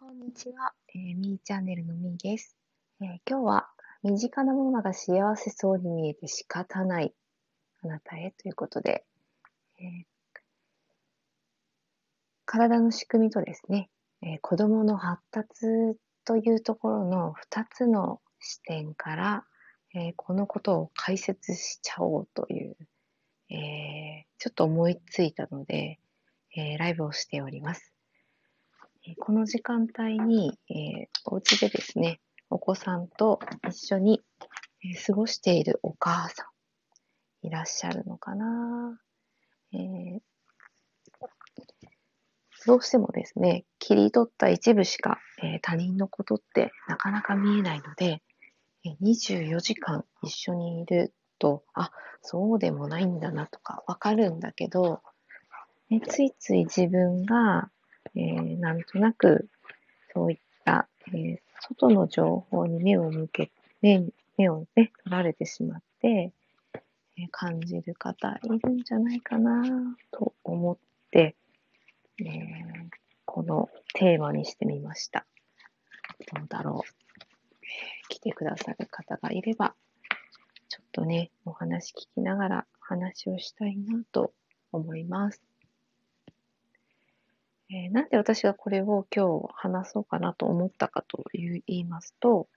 こんにちは、みーチャンネルのみーです。今日は身近なものが幸せそうに見えて仕方ないあなたへということで、えー体の仕組みとですね、子供の発達というところの2つの視点から、このことを解説しちゃおうという、ちょっと思いついたので、ライブをしております。この時間帯に、お家でですね、お子さんと一緒に過ごしているお母さんいらっしゃるのかな。えーどうしてもですね、切り取った一部しか、他人のことってなかなか見えないので、24時間一緒にいると、そうでもないんだなとかわかるんだけど、ついつい自分が、なんとなくそういった、外の情報に目をね、取られてしまって、感じる方いるんじゃないかなと思って、えーこのテーマにしてみました。どうだろう。来てくださる方がいれば、ちょっとね、お話聞きながら話をしたいなと思います。なんで私がこれを今日話そうかなと思ったかと言いますと、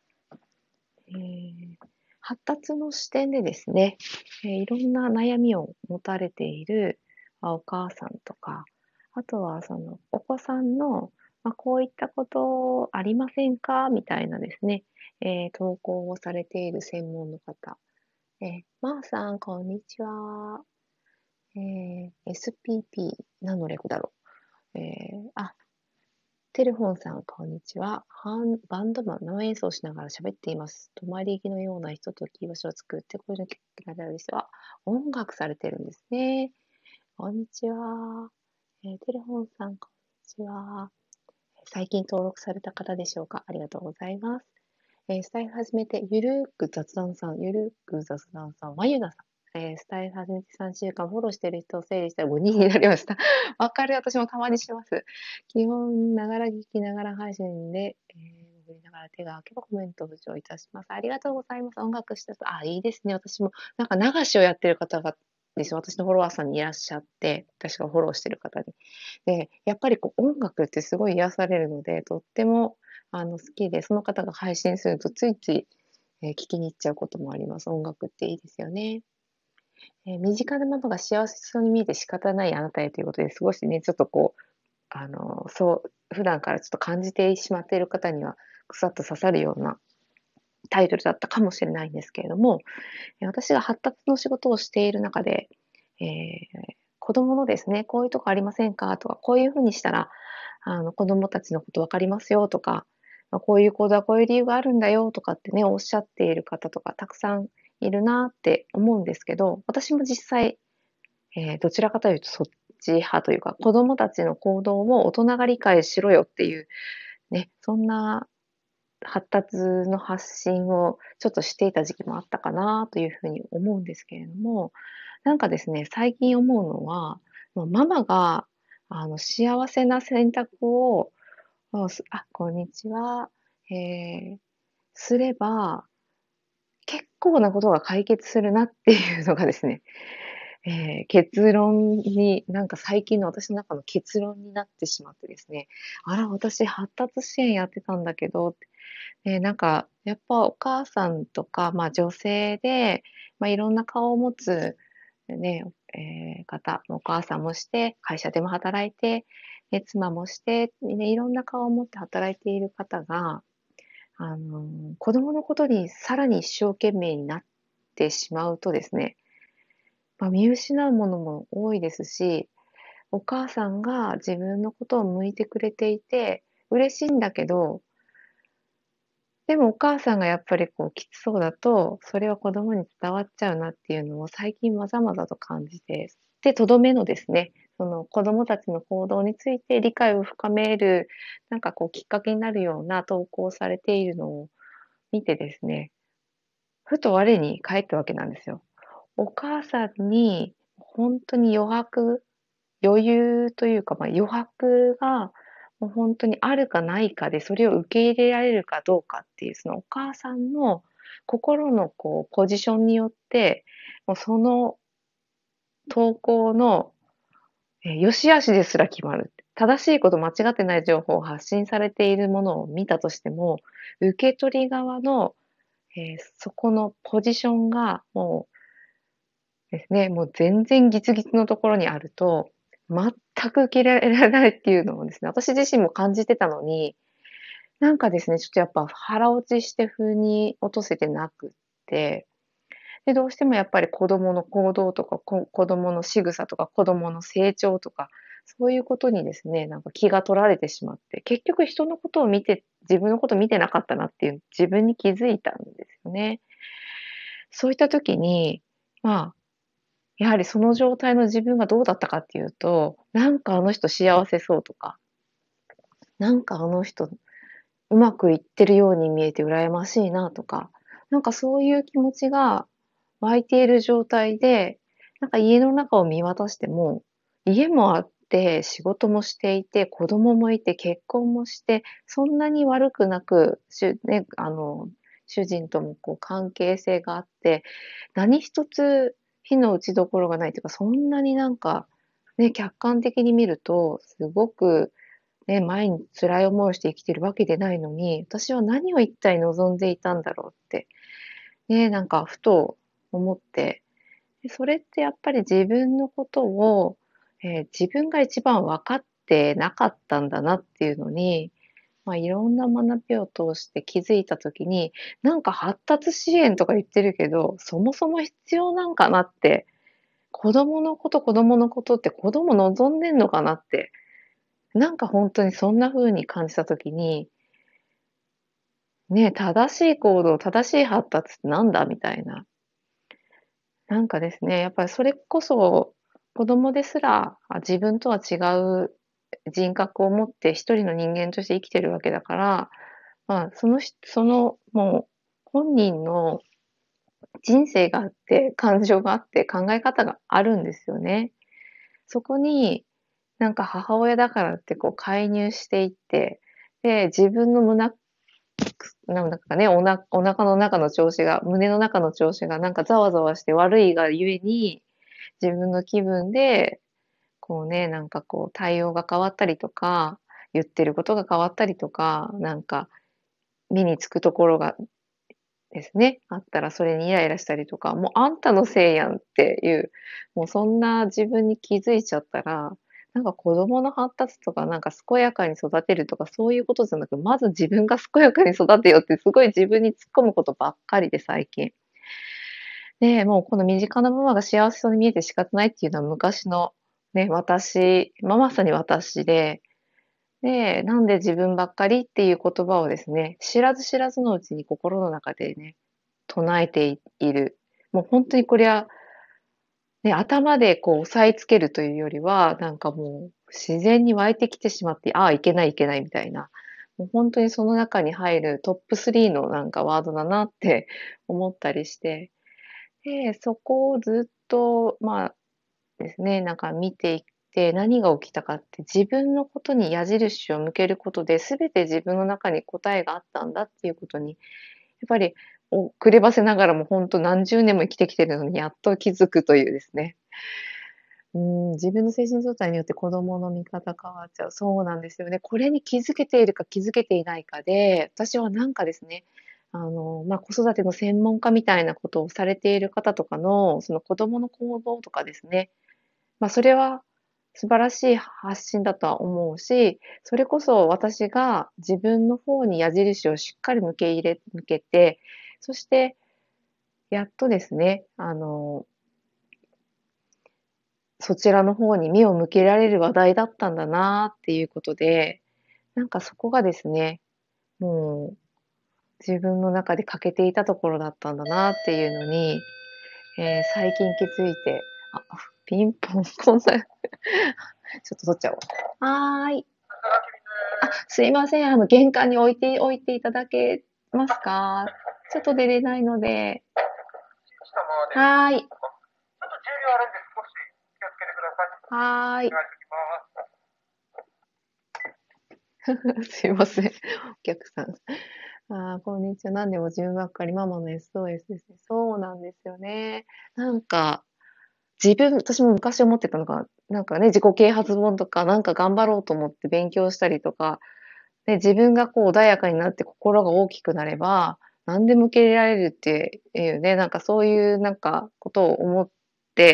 発達の視点でですね、いろんな悩みを持たれているお母さんとか、あとはそのお子さんの、こういったことありませんかみたいなですね、投稿をされている専門の方。まーさん、こんにちは。SPP、何の略だろう。テレフォンさん、こんにちは。バンドマン、生演奏しながら喋っています。泊まり木のようなひととき場所を作って、こういうの聞かれる人は、音楽されてるんですね。こんにちは。テレフォンさん、こんにちは。最近登録された方でしょうか？ありがとうございます。スタイフ始めて、ゆるーく雑談さん、ゆるーく雑談さん、まゆなさん。スタイフ始めて3週間、フォローしてる人を整理したら5人になりました。わかる、私もたまにします。基本、ながら聞きながら配信で、潜りながら手が空けばコメントを付上いたします。ありがとうございます。音楽してた。いいですね。私も、なんか流しをやってる方がですよ。私のフォロワーさんにいらっしゃって、私がフォローしてる方に。で、やっぱりこう音楽ってすごい癒されるので、とっても好きで、その方が配信するとついつい、聞きに行っちゃうこともあります。音楽っていいですよね。身近なものが幸せそうに見えて仕方ないあなたへということで、少しね、ちょっとこう、普段からちょっと感じてしまっている方には、くさっと刺さるようなタイトルだったかもしれないんですけれども、私が発達の仕事をしている中で、え子供のですね、こういうとこありませんかとか、こういうふうにしたら、子供たちのこと分かりますよとか、こういう行動はこういう理由があるんだよとかってね、おっしゃっている方とかたくさんいるなって思うんですけど、私も実際、どちらかというとそっち派というか、子供たちの行動を大人が理解しろよっていうね、そんな発達の発信をちょっとしていた時期もあったかなというふうに思うんですけれども、なんかですね、最近思うのは、ママが、幸せな選択を、こんにちは。えーすれば、結構なことが解決するなっていうのがですね、結論に、なんか最近の私の中の結論になってしまってですね、私発達支援やってたんだけど、なんか、やっぱお母さんとか、女性で、いろんな顔を持つね、方、お母さんもして、会社でも働いて、妻もして、ね、いろんな顔を持って働いている方が、子供のことにさらに一生懸命になってしまうとですね、見失うものも多いですし、お母さんが自分のことを向いてくれていて、嬉しいんだけど、でもお母さんがやっぱりこうきつそうだと、それは子供に伝わっちゃうなっていうのを最近まざまざと感じて、で、とどめのですね、その子供たちの行動について理解を深める、なんかこうきっかけになるような投稿をされているのを見てですね、ふと我に返ったわけなんですよ。お母さんに本当に余裕というか、余白がもう本当にあるかないかで、それを受け入れられるかどうかっていう、そのお母さんの心のこうポジションによって、もうその投稿の、良し悪しですら決まる。正しいこと間違ってない情報を発信されているものを見たとしても、受け取り側の、そこのポジションがもうですね、もう全然ギツギツのところにあると、全く受け入れられないっていうのをですね、私自身も感じてたのに、なんかですね、ちょっとやっぱ腹落ちして風に落とせてなくって、で、どうしてもやっぱり子供の行動とか、子供の仕草とか、子供の成長とか、そういうことにですね、なんか気が取られてしまって、結局人のことを見て、自分のこと見てなかったなっていう自分に気づいたんですよね。そういった時に、まあ、やはりその状態の自分がどうだったかっていうと、なんかあの人幸せそうとか、なんかあの人うまくいってるように見えて羨ましいなとか、なんかそういう気持ちが湧いている状態で、なんか家の中を見渡しても、家もあって、仕事もしていて、子供もいて、結婚もして、そんなに悪くなく、主人ともこう関係性があって、何一つ非の打ちどころがないというか、そんなになんか、ね、客観的に見ると、すごくね、毎日辛い思いをして生きてるわけでないのに、私は何を一体望んでいたんだろうって、ね、なんかふと思って、で、それってやっぱり自分のことを、自分が一番分かってなかったんだなっていうのに、まあ、いろんな学びを通して気づいた時に、なんか発達支援とか言ってるけど、そもそも必要なんかなって、子供のことって子供望んでんのかなって、なんかほんとにそんな風に感じた時に、ね、正しい行動、正しい発達ってなんだみたいな。なんかですね、やっぱりそれこそ、子供ですら、自分とは違う人格を持って一人の人間として生きてるわけだから、まあ、その、もう、本人の人生があって、感情があって、考え方があるんですよね。そこに、なんか母親だからってこう介入していって、で、自分のなんだかね、お腹の中の調子が胸の中の調子がなんかざわざわして悪いがゆえに、自分の気分で、こうね、なんかこう対応が変わったりとか、言ってることが変わったりとか、なんか目につくところがですね、あったらそれにイライラしたりとか、もうあんたのせいやんっていう、もうそんな自分に気づいちゃったら、なんか子供の発達とか、なんか健やかに育てるとか、そういうことじゃなく、まず自分が健やかに育てよってすごい自分に突っ込むことばっかりで、最近。で、もうこの身近なママが幸せそうに見えて仕方ないっていうのは昔のね、まさに私で、で、なんで自分ばっかりっていう言葉をですね、知らず知らずのうちに心の中でね、唱えている。もうほんとにこれは、ね、頭でこう押さえつけるというよりは、なんかもう自然に湧いてきてしまって、ああ、いけないいけないみたいな。もうほんとにその中に入るトップ3のなんかワードだなって思ったりして、で、そこをずっと、まあ、ですね、なんか見ていって、何が起きたかって自分のことに矢印を向けることで、全て自分の中に答えがあったんだっていうことにやっぱり、遅ればせながらもほんと何十年も生きてきてるのにやっと気づくというですね。自分の精神状態によって子供の見方変わっちゃう。そうなんですよね。これに気づけているか気づけていないかで、私はなんかですね、ま、子育ての専門家みたいなことをされている方とかの、その子供の行動とかですね、ま、それは素晴らしい発信だとは思うし、それこそ私が自分の方に矢印をしっかり向けて、そしてやっとですね、そちらの方に目を向けられる話題だったんだなっていうことで、なんかそこがですね、もう自分の中で欠けていたところだったんだなっていうのに、最近気づいて、あ、ピンポン、こんなちょっと取っちゃおう。はーい。すいません、玄関に置いていただけますか？ちょっと出れないので。はーい。はーい。 すいません。お客さん。こんにちは。何でも自分ばっかりママの SOS ですね。そうなんですよね。なんか、私も昔思ってたのが、なんかね、自己啓発本とか、なんか頑張ろうと思って勉強したりとか、で、自分がこう穏やかになって心が大きくなれば、何でも受け入れられるっていうね、なんかそういうなんかことを思って、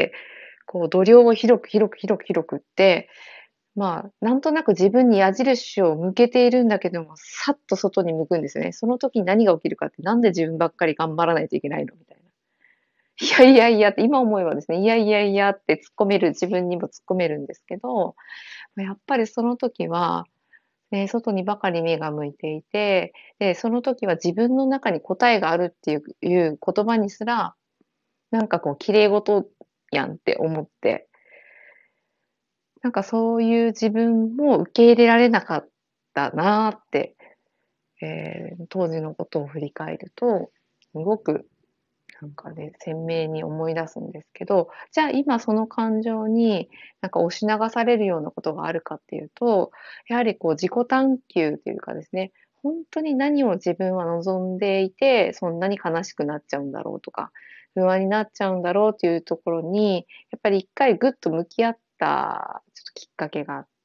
こう度量を広く広く広く広くって、まあ、なんとなく自分に矢印を向けているんだけども、さっと外に向くんですよね。その時に何が起きるかって、なんで自分ばっかり頑張らないといけないのみたいな。いやいやいやって、今思えばですね、いやいやいやって突っ込める、自分にも突っ込めるんですけど、やっぱりその時は、外にばかり目が向いていて、で、その時は自分の中に答えがあるっていう言葉にすら、なんかこう、綺麗事やんって思って、なんかそういう自分も受け入れられなかったなって、当時のことを振り返ると、すごくなんかね、鮮明に思い出すんですけど、じゃあ今その感情になんか押し流されるようなことがあるかっていうと、やはりこう自己探求というかですね、本当に何を自分は望んでいて、そんなに悲しくなっちゃうんだろうとか、不安になっちゃうんだろうっていうところに、やっぱり一回ぐっと向き合ったちょっときっかけがあって、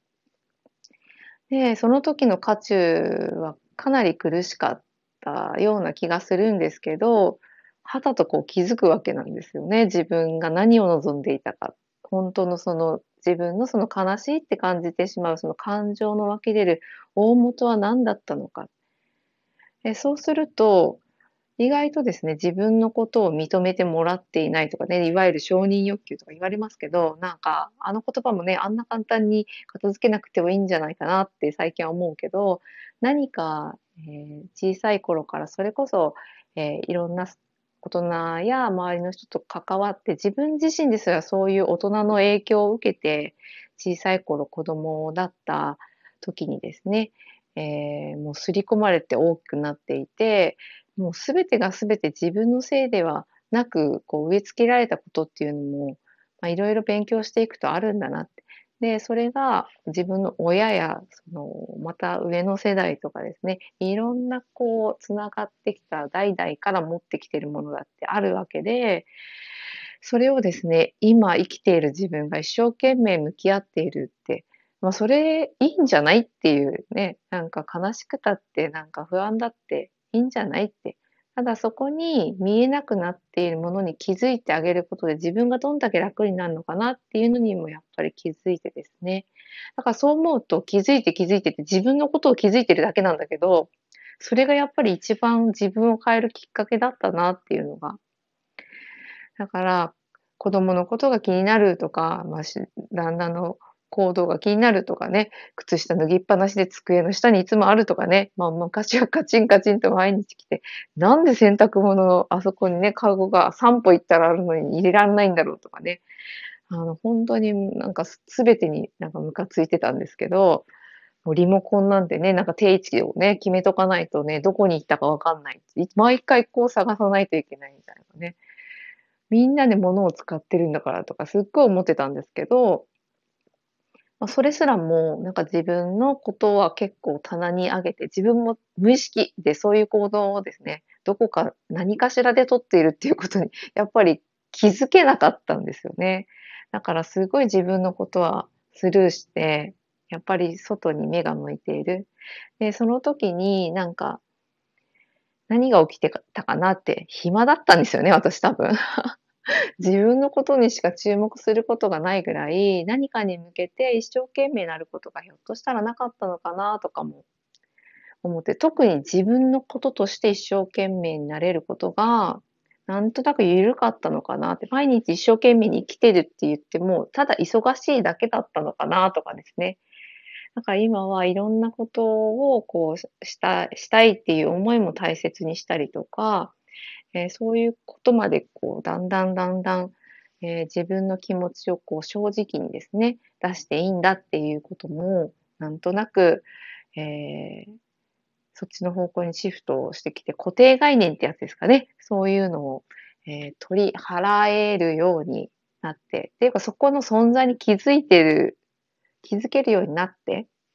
で、その時の渦中はかなり苦しかったような気がするんですけど、はたとこう気づくわけなんですよね。自分が何を望んでいたか。本当のその自分のその悲しいって感じてしまうその感情の湧き出る大元は何だったのか。そうすると、意外とですね、自分のことを認めてもらっていないとかね、いわゆる承認欲求とか言われますけど、なんか、あの言葉もね、あんな簡単に片付けなくてもいいんじゃないかなって最近は思うけど、何か、小さい頃からそれこそ、いろんな大人や周りの人と関わって、自分自身ですらそういう大人の影響を受けて、小さい頃子供だった時にですね、もう刷り込まれて大きくなっていて、もうすべてがすべて自分のせいではなく、こう植え付けられたことっていうのも、いろいろ勉強していくとあるんだなって。で、それが自分の親や、また上の世代とかですね、いろんなこう、つながってきた代々から持ってきてるものだってあるわけで、それをですね、今生きている自分が一生懸命向き合っているって、それいいんじゃないっていうね、なんか悲しくたって、なんか不安だっていいんじゃないって。ただそこに見えなくなっているものに気づいてあげることで、自分がどんだけ楽になるのかなっていうのにもやっぱり気づいてですね。だからそう思うと気づいて気づいてて、自分のことを気づいてるだけなんだけど、それがやっぱり一番自分を変えるきっかけだったなっていうのが、だから、子供のことが気になるとか、旦那の行動が気になるとかね、靴下脱ぎっぱなしで机の下にいつもあるとかね、昔はカチンカチンと毎日来て、なんで洗濯物のあそこにね、カゴが3歩行ったらあるのに入れらんないんだろうとかね、本当になんか全てになんかムカついてたんですけど、もうリモコンなんてね、なんか定位置をね、決めとかないとね、どこに行ったかわかんない。毎回こう探さないといけないみたいなね。みんなで物を使ってるんだからとかすっごい思ってたんですけど、それすらもなんか自分のことは結構棚に上げて、自分も無意識でそういう行動をですね、どこか何かしらで取っているっていうことにやっぱり気づけなかったんですよね。だからすごい自分のことはスルーして、やっぱり外に目が向いている。で、その時になんか何が起きてたかなって、暇だったんですよね、私多分。自分のことにしか注目することがないぐらい、何かに向けて一生懸命なることがひょっとしたらなかったのかなとかも思って、特に自分のこととして一生懸命になれることが、なんとなく緩かったのかなって、毎日一生懸命に生きてるって言っても、ただ忙しいだけだったのかなとかですね。だから今はいろんなことをこうしたいっていう思いも大切にしたりとか、そういうことまでこう、だんだんだんだん、自分の気持ちをこう正直にですね、出していいんだっていうことも、なんとなく、えーそっちの方向にシフトをしてきて、固定概念ってやつですかね。そういうのを、取り払えるようになって、っていうかそこの存在に気づけるようになって、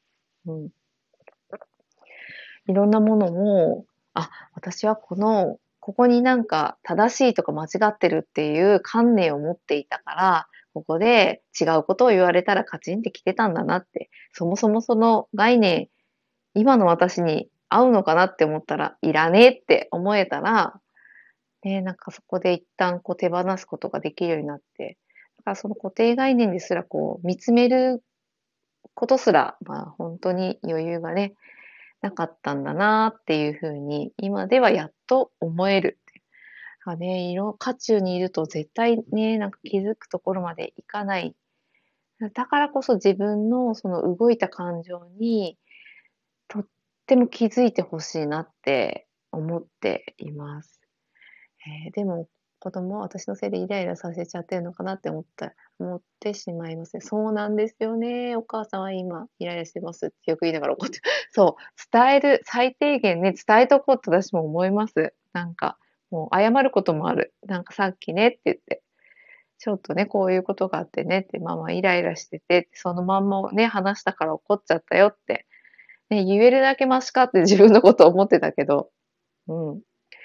うん。いろんなものを、あ、私はここになんか正しいとか間違ってるっていう観念を持っていたから、ここで違うことを言われたらカチンって来てたんだなって、そもそもその概念、今の私に合うのかなって思ったら、いらねえって思えたら、ね、なんかそこで一旦手放すことができるようになって、だからその固定概念ですら見つめることすら、本当に余裕がね、なかったんだなっていう風に、今ではやっと思える。ね、渦中にいると絶対ね、なんか気づくところまでいかない。だからこそ自分のその動いた感情に、とっても気づいてほしいなって思っています。でも、子供は私のせいでイライラさせちゃってるのかなって思ってしまいますね。そうなんですよね。お母さんは今イライラしてますってよく言いながら怒って、そう、最低限ね、伝えとこうと私も思います。なんか、もう謝ることもある。なんかさっきねって言って、ちょっとね、こういうことがあってねって、ママイライラしてて、そのまんまね、話したから怒っちゃったよって、ね、言えるだけマシかって自分のこと思ってたけど、うん。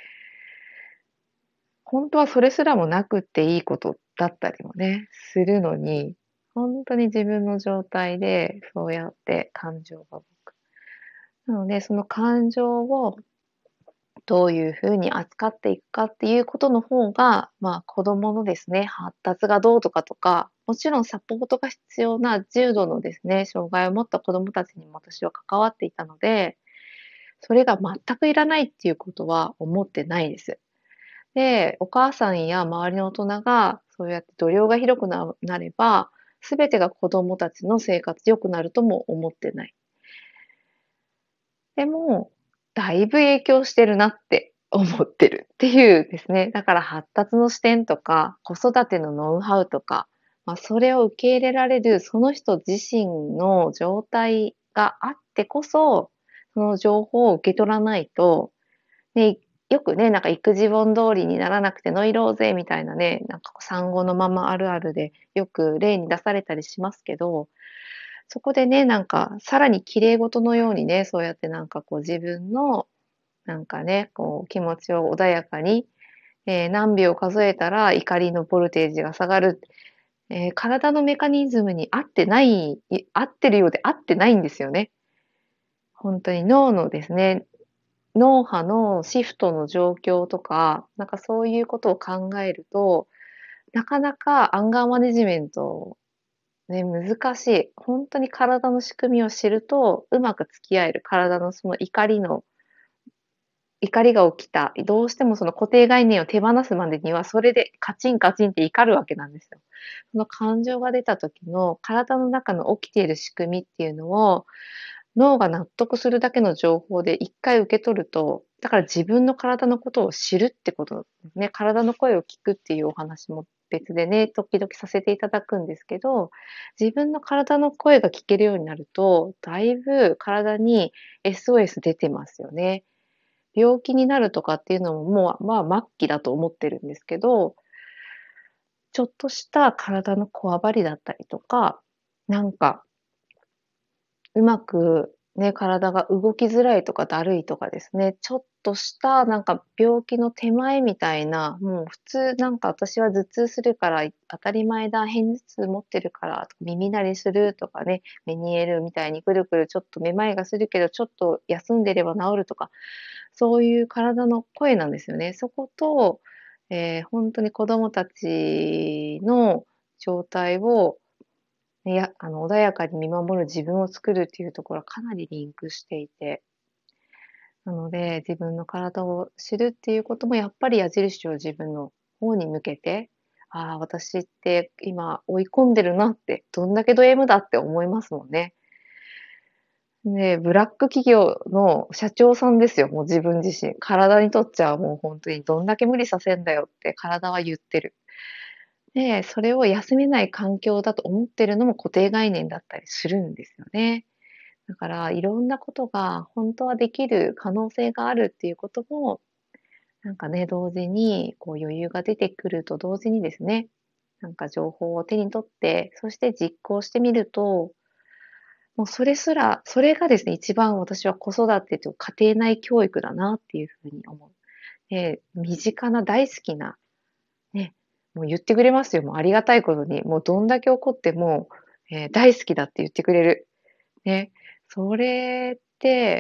本当はそれすらもなくっていいことだったりもね、するのに、本当に自分の状態でそうやって感情が動く。なので、その感情をどういう風に扱っていくかっていうことの方が、子供のですね、発達がどうとか、もちろんサポートが必要な重度のですね、障害を持った子供たちにも私は関わっていたので、それが全くいらないっていうことは思ってないです。で、お母さんや周りの大人が、そうやって度量が広くなれば、すべてが子供たちの生活良くなるとも思ってない。でも、だいぶ影響してるなって思ってるっていうですね。だから発達の視点とか、子育てのノウハウとか、それを受け入れられるその人自身の状態があってこそ、その情報を受け取らないと、ね、よくね、なんか育児本通りにならなくてノイローゼみたいなね、なんか産後のママあるあるでよく例に出されたりしますけど、そこでね、なんかさらに綺麗事のようにね、そうやってなんか自分のなんかね、気持ちを穏やかに、何秒数えたら怒りのボルテージが下がる。体のメカニズムに合ってるようで合ってないんですよね。本当に脳のですね、脳波のシフトの状況とか、なんかそういうことを考えると、なかなかアンガーマネジメントね、難しい。本当に体の仕組みを知ると、うまく付き合える。体のその怒りが起きた。どうしてもその固定概念を手放すまでには、それでカチンカチンって怒るわけなんですよ。その感情が出た時の体の中の起きている仕組みっていうのを、脳が納得するだけの情報で一回受け取ると、だから自分の体のことを知るってことですね。体の声を聞くっていうお話も別でね、時々させていただくんですけど、自分の体の声が聞けるようになると、だいぶ体に SOS 出てますよね。病気になるとかっていうのももう、末期だと思ってるんですけど、ちょっとした体のこわばりだったりとか、なんかうまくね、体が動きづらいとかだるいとかですね、ちょっとしたなんか病気の手前みたいな、もう普通なんか私は頭痛するから当たり前だ、片頭痛持ってるからとか、耳鳴りするとかね、メニエールみたいにくるくるちょっとめまいがするけど、ちょっと休んでれば治るとか、そういう体の声なんですよね。そこと、ほんとに子供たちの状態を穏やかに見守る自分を作るっていうところはかなりリンクしていて、なので、自分の体を知るっていうこともやっぱり矢印を自分の方に向けて、ああ、私って今追い込んでるなって、どんだけド M だって思いますもんね。で、ブラック企業の社長さんですよ、もう自分自身。体にとっちゃもうほんとにどんだけ無理させんだよって体は言ってる。で、それを休めない環境だと思ってるのも固定概念だったりするんですよね。だから、いろんなことが本当はできる可能性があるっていうことも、なんかね、同時に余裕が出てくると同時にですね、なんか情報を手に取って、そして実行してみると、 もうそれがですね、一番私は子育てと家庭内教育だなっていうふうに思う。身近な大好きな、ね、もう言ってくれますよ。もうありがたいことに。もうどんだけ怒っても、大好きだって言ってくれる。ね。それって、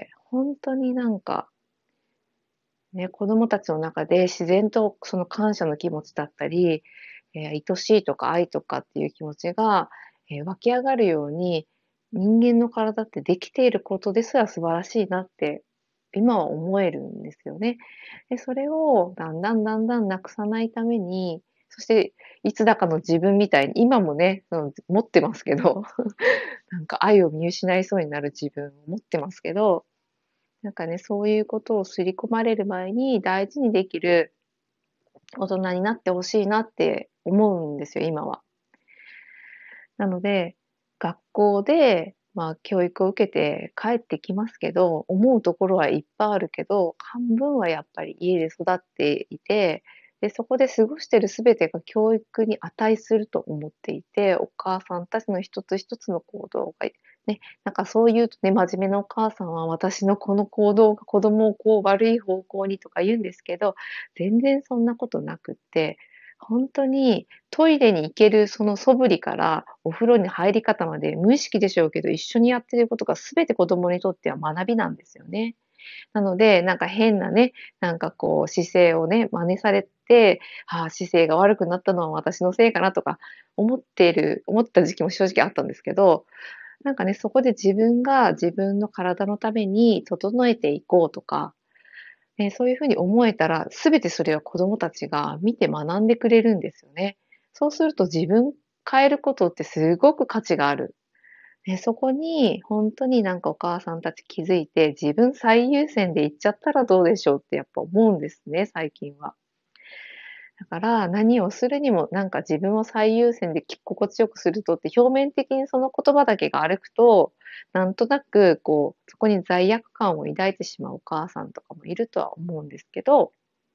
本当になんか、ね、子供たちの中で自然とその感謝の気持ちだったり、愛しいとか愛とかっていう気持ちが、湧き上がるように、人間の体ってできていることですら素晴らしいなって、今は思えるんですよね。で、それをだんだんだんだんなくさないために、そしていつだかの自分みたいに、今もね、持ってますけど、なんか愛を見失いそうになる自分を持ってますけど、なんかね、そういうことを刷り込まれる前に大事にできる大人になってほしいなって思うんですよ、今は。なので、学校で、教育を受けて帰ってきますけど、思うところはいっぱいあるけど、半分はやっぱり家で育っていて、で、そこで過ごしてる全てが教育に値すると思っていて、お母さんたちの一つ一つの行動が、ね、なんかそう言うとね、真面目なお母さんは私のこの行動が子供をこう悪い方向にとか言うんですけど、全然そんなことなくって、本当にトイレに行けるその素振りから、お風呂に入り方まで、無意識でしょうけど、一緒にやってることが全て子供にとっては学びなんですよね。なので、なんか変なね、なんかこう姿勢をね、真似されて、ああ、姿勢が悪くなったのは私のせいかなとか思った時期も正直あったんですけど、なんかね、そこで自分が自分の体のために整えていこうとか、そういう風に思えたら、全てそれは子供たちが見て学んでくれるんですよね。そうすると自分変えることってすごく価値がある。そこにほんとになんかお母さんたち気づいて、自分最優先で行っちゃったらどうでしょうってやっぱ思うんですね、最近は。だから、何をするにもなんか自分を最優先で心地よくするとって表面的にその言葉だけが歩くと、なんとなくこう、そこに罪悪感を抱いてしまうお母さんとかもいるとは思うんですけど、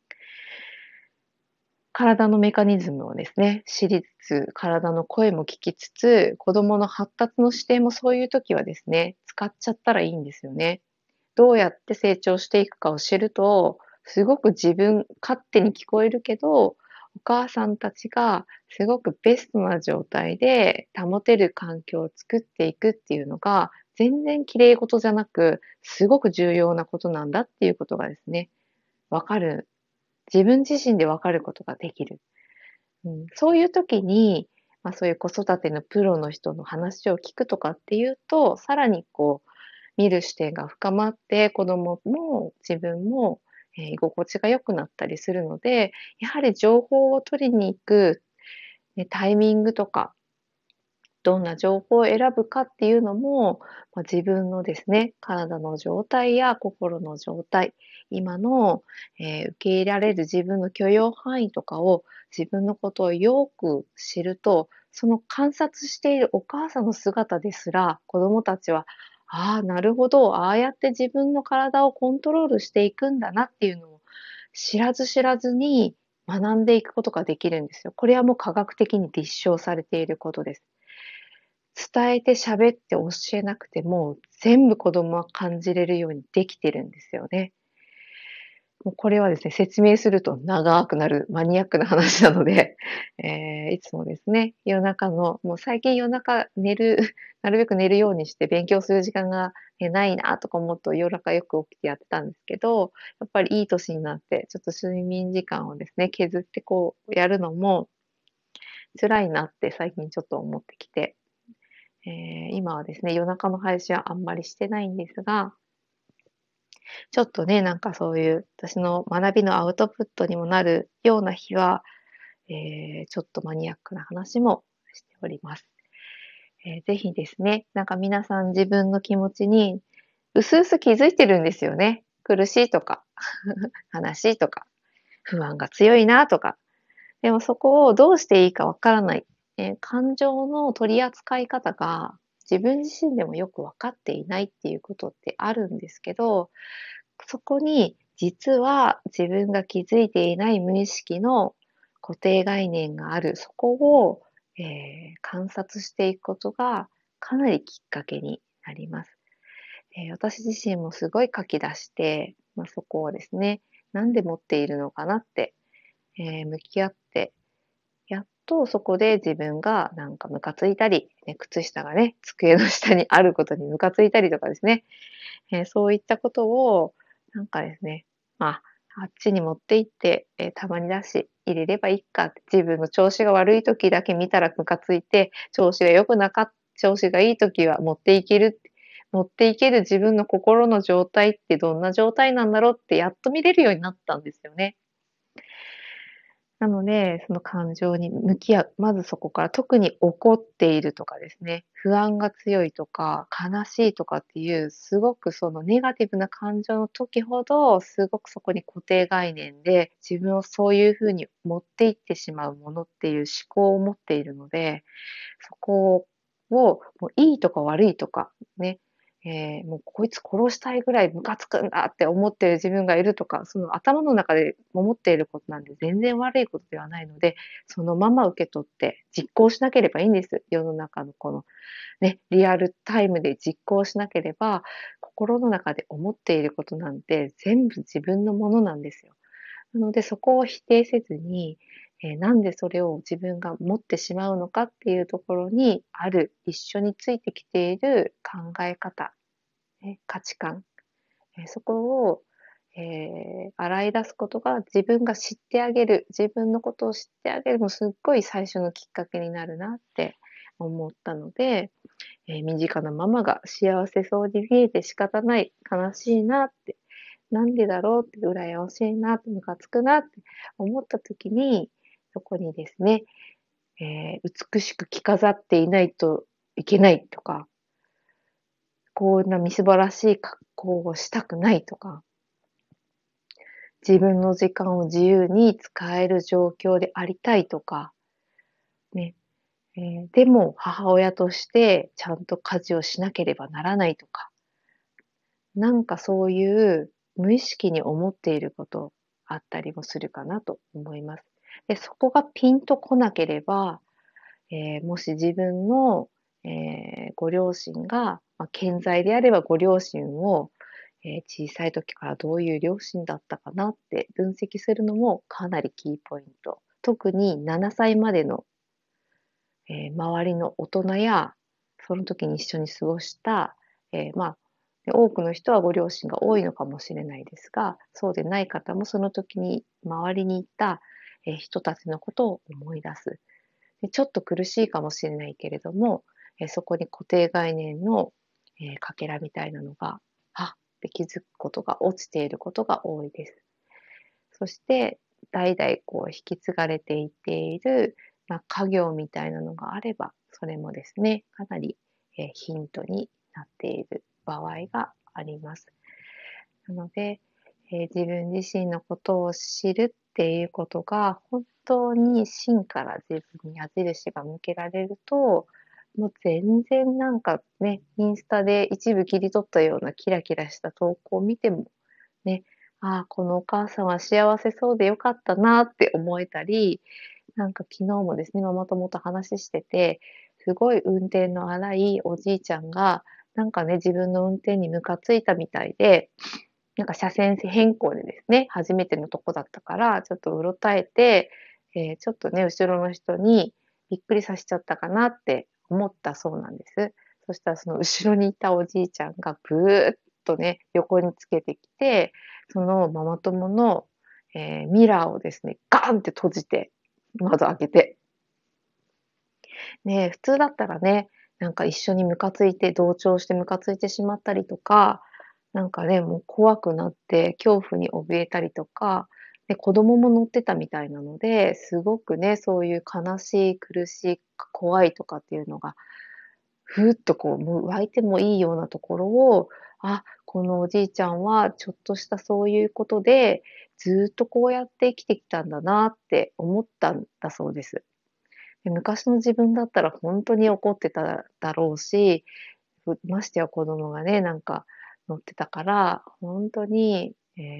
体のメカニズムをですね、知りつつ、体の声も聞きつつ、子供の発達の視点もそういう時はですね、使っちゃったらいいんですよね。どうやって成長していくかを知ると、すごく自分勝手に聞こえるけど、お母さんたちがすごくベストな状態で保てる環境を作っていくっていうのが、全然綺麗事じゃなく、すごく重要なことなんだっていうことがですね、わかる。自分自身でわかることができる。そういう時に、そういう子育てのプロの人の話を聞くとかっていうと、さらにこう、見る視点が深まって、子供も自分も、居心地が良くなったりするので、やはり情報を取りに行く、ね、タイミングとか、どんな情報を選ぶかっていうのも、自分のですね、体の状態や心の状態、今の、受け入れられる自分の許容範囲とかを自分のことをよく知ると、その観察しているお母さんの姿ですら、子供たちは、ああ、なるほど、ああやって自分の体をコントロールしていくんだなっていうのを知らず知らずに学んでいくことができるんですよ。これはもう科学的に立証されていることです。伝えて喋って教えなくても、全部子供は感じれるようにできてるんですよね。もうこれはですね、説明すると長くなるマニアックな話なので、いつもですね、夜中のもう最近夜中寝るなるべく寝るようにして勉強する時間が、ないなとか思うと夜中よく起きてやってたんですけど、やっぱりいい年になって、ちょっと睡眠時間をですね、削ってこうやるのも辛いなって最近ちょっと思ってきて、今はですね、夜中の配信はあんまりしてないんですが、ちょっとね、なんかそういう私の学びのアウトプットにもなるような日は、ちょっとマニアックな話もしております。ぜひですね、なんか皆さん自分の気持ちに薄々気づいてるんですよね。苦しいとか、悲しいとか、不安が強いなとか。でもそこをどうしていいかわからない。感情の取り扱い方が自分自身でもよくわかっていないっていうことってあるんですけど、そこに実は自分が気づいていない無意識の固定概念がある。そこを、観察していくことがかなりきっかけにあります。私自身もすごい書き出して、そこをですね、なんで持っているのかなって、向き合って、やっとそこで自分がなんかムカついたり、ね、靴下がね、机の下にあることにムカついたりとかですね、そういったことを、なんかですね、あっちに持って行って、たまに出し入れればいいかって、自分の調子が悪い時だけ見たらムカついて、調子がいい時は持っていける自分の心の状態ってどんな状態なんだろうってやっと見れるようになったんですよね。なので、その感情に向き合う。まずそこから、特に怒っているとかですね、不安が強いとか、悲しいとかっていう、すごくそのネガティブな感情の時ほど、すごくそこに固定概念で、自分をそういう風に持っていってしまうものっていう思考を持っているので、そこを、もういいとか悪いとか、ね、もうこいつ殺したいぐらいムカつくんだって思ってる自分がいるとか、その頭の中で思っていることなんで全然悪いことではないので、そのまま受け取って実行しなければいいんです。世の中のこのね、リアルタイムで実行しなければ、心の中で思っていることなんて全部自分のものなんですよ。なので、そこを否定せずに、なんでそれを自分が持ってしまうのかっていうところにある、一緒についてきている考え方、ね、価値観、そこを、洗い出すことが自分が知ってあげる、自分のことを知ってあげる、もうすっごい最初のきっかけになるなって思ったので、身近なママが幸せそうに見えて仕方ない、悲しいなってなんでだろうって、羨ましいなって、ムカつくなって思った時に、そこにですね、美しく着飾っていないといけないとか、こんなみすぼらしい格好をしたくないとか、自分の時間を自由に使える状況でありたいとか、ね、でも母親としてちゃんと家事をしなければならないとか、なんかそういう無意識に思っていることあったりもするかなと思います。で、そこがピンとこなければ、もし自分の、ご両親が、健在であればご両親を、小さい時からどういう両親だったかなって分析するのもかなりキーポイント。特に7歳までの、周りの大人や、その時に一緒に過ごした、多くの人はご両親が多いのかもしれないですが、そうでない方もその時に周りにいた、人たちのことを思い出す。で、ちょっと苦しいかもしれないけれども、そこに固定概念の、かけらみたいなのが、って気づくことが落ちていることが多いです。そして、代々こう引き継がれていっている、家業みたいなのがあれば、それもですね、かなり、ヒントになっている場合があります。なので、自分自身のことを知るっていうことが、本当に真から自分に矢印が向けられると、もう全然なんかね、インスタで一部切り取ったようなキラキラした投稿を見ても、ね、このお母さんは幸せそうでよかったなって思えたり、なんか昨日もですね、ママ友と話してて、すごい運転の荒いおじいちゃんが、なんかね、自分の運転にムカついたみたいで、なんか車線変更でですね、初めてのとこだったから、ちょっとうろたえて、ちょっとね、後ろの人にびっくりさせちゃったかなって思ったそうなんです。そしたらその後ろにいたおじいちゃんがブーっとね、横につけてきて、そのママ友の、ミラーをですね、ガーンって閉じて、窓開けて。ね、普通だったらね、なんか一緒にムカついて、同調してムカついてしまったりとか、なんかね、もう怖くなって恐怖に怯えたりとか、で、子供も乗ってたみたいなので、すごくね、そういう悲しい、苦しい、怖いとかっていうのが、ふーっとこう、もう湧いてもいいようなところを、このおじいちゃんはちょっとしたそういうことで、ずっとこうやって生きてきたんだなって思ったんだそうです。で、昔の自分だったらほんとに怒ってただろうし、ましてや子供がね、なんか乗ってたから、ほんとに、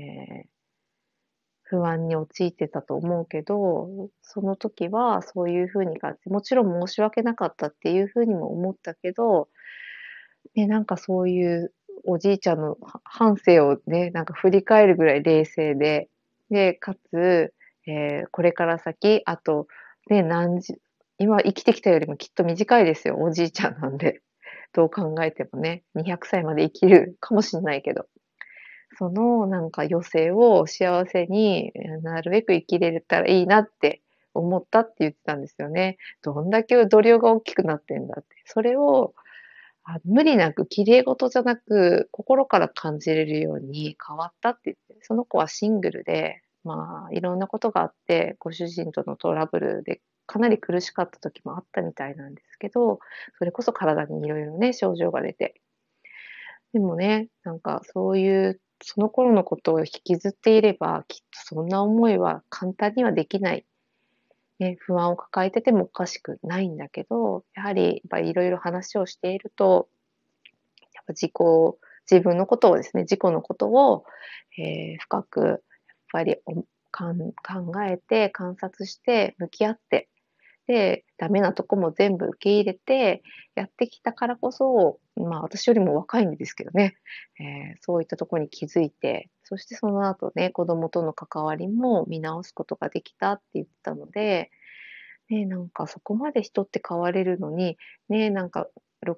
不安に陥ってたと思うけど、その時はそういう風にもちろん申し訳なかったっていう風にも思ったけど、 ね、なんかそういうおじいちゃんの半生をね、なんか振り返るぐらい冷静で、で、かつ、これから先、あと、ね、今生きてきたよりもきっと短いですよ、おじいちゃんなんで。どう考えてもね、200歳まで生きるかもしんないけど。そのなんか余生を幸せに、なるべく生きれたらいいなって思ったって言ってたんですよね。どんだけ度量が大きくなってんだって。それを無理なく綺麗事じゃなく、心から感じれるように変わったって言って、その子はシングルで、まあ、いろんなことがあって、ご主人とのトラブルでかなり苦しかった時もあったみたいなんですけど、それこそ体にいろいろね、症状が出て。でもね、なんかそういう、その頃のことを引きずっていれば、きっとそんな思いは簡単にはできない。ね、不安を抱えててもおかしくないんだけど、やはりやっぱりいろいろ話をしていると、やっぱ自分のことをですね、自己のことを、深くやっぱり考えて、観察して、向き合って、で、ダメなとこも全部受け入れてやってきたからこそ、まあ、私よりも若いんですけどね、そういったとこに気づいて、そしてその後ね、子供との関わりも見直すことができたって言ってたので、ね、なんかそこまで人って変われるのに、ね、なんか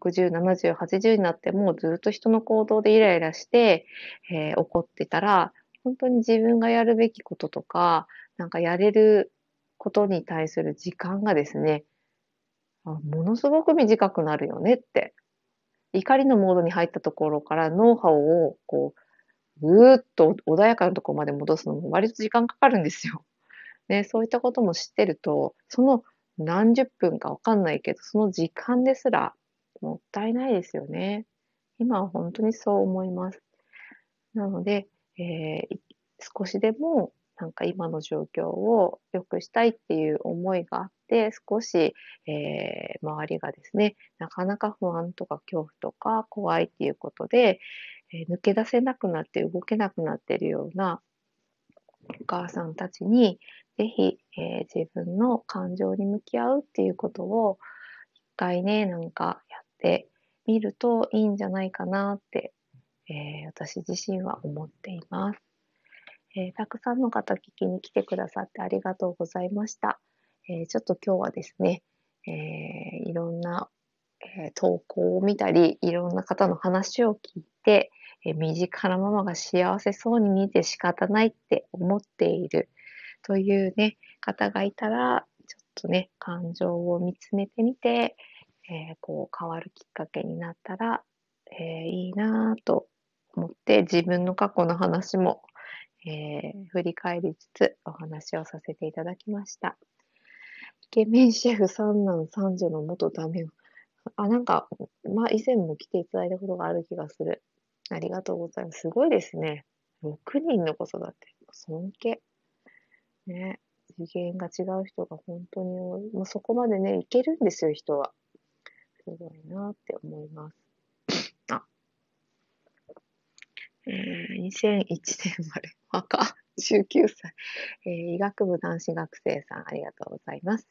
60、70、80になってもずっと人の行動でイライラして、怒ってたら、本当に自分がやるべきこととか、なんかやれることに対する時間がですね、ものすごく短くなるよねって。怒りのモードに入ったところから脳波をこう、ぐーっと穏やかなところまで戻すのも割と時間かかるんですよ。ね、そういったことも知ってると、その何十分かわかんないけど、その時間ですらもったいないですよね。今は本当にそう思います。なので、少しでもなんか今の状況を良くしたいっていう思いがあって、少し、周りがですね、なかなか不安とか恐怖とか怖いっていうことで、抜け出せなくなって動けなくなっているようなお母さんたちに、ぜひ、自分の感情に向き合うっていうことを、一回ね、なんかやってみるといいんじゃないかなって、私自身は思っています。たくさんの方聞きに来てくださってありがとうございました。ちょっと今日はですね、いろんな投稿を見たり、いろんな方の話を聞いて、身近なママが幸せそうに見えて仕方ないって思っているというね、方がいたら、ちょっとね、感情を見つめてみて、こう変わるきっかけになったら、いいなぁと思って、自分の過去の話も、振り返りつつお話をさせていただきました。イケメンシェフ三男三女の元ダメなんか、以前も来ていただいたことがある気がする。ありがとうございます。すごいですね。6人の子育て。尊敬。ね。次元が違う人が本当に多い。もうそこまでね、いけるんですよ、人は。すごいなって思います。あ、2001年生まれ。若。19歳。医学部男子学生さん、ありがとうございます。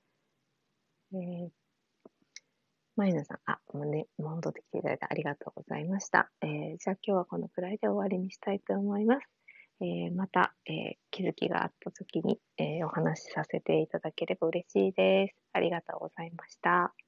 マイナさん、もうね、戻ってきていただいてありがとうございました。じゃあ今日はこのくらいで終わりにしたいと思います。また、気づきがあったときに、お話しさせていただければ嬉しいです。ありがとうございました。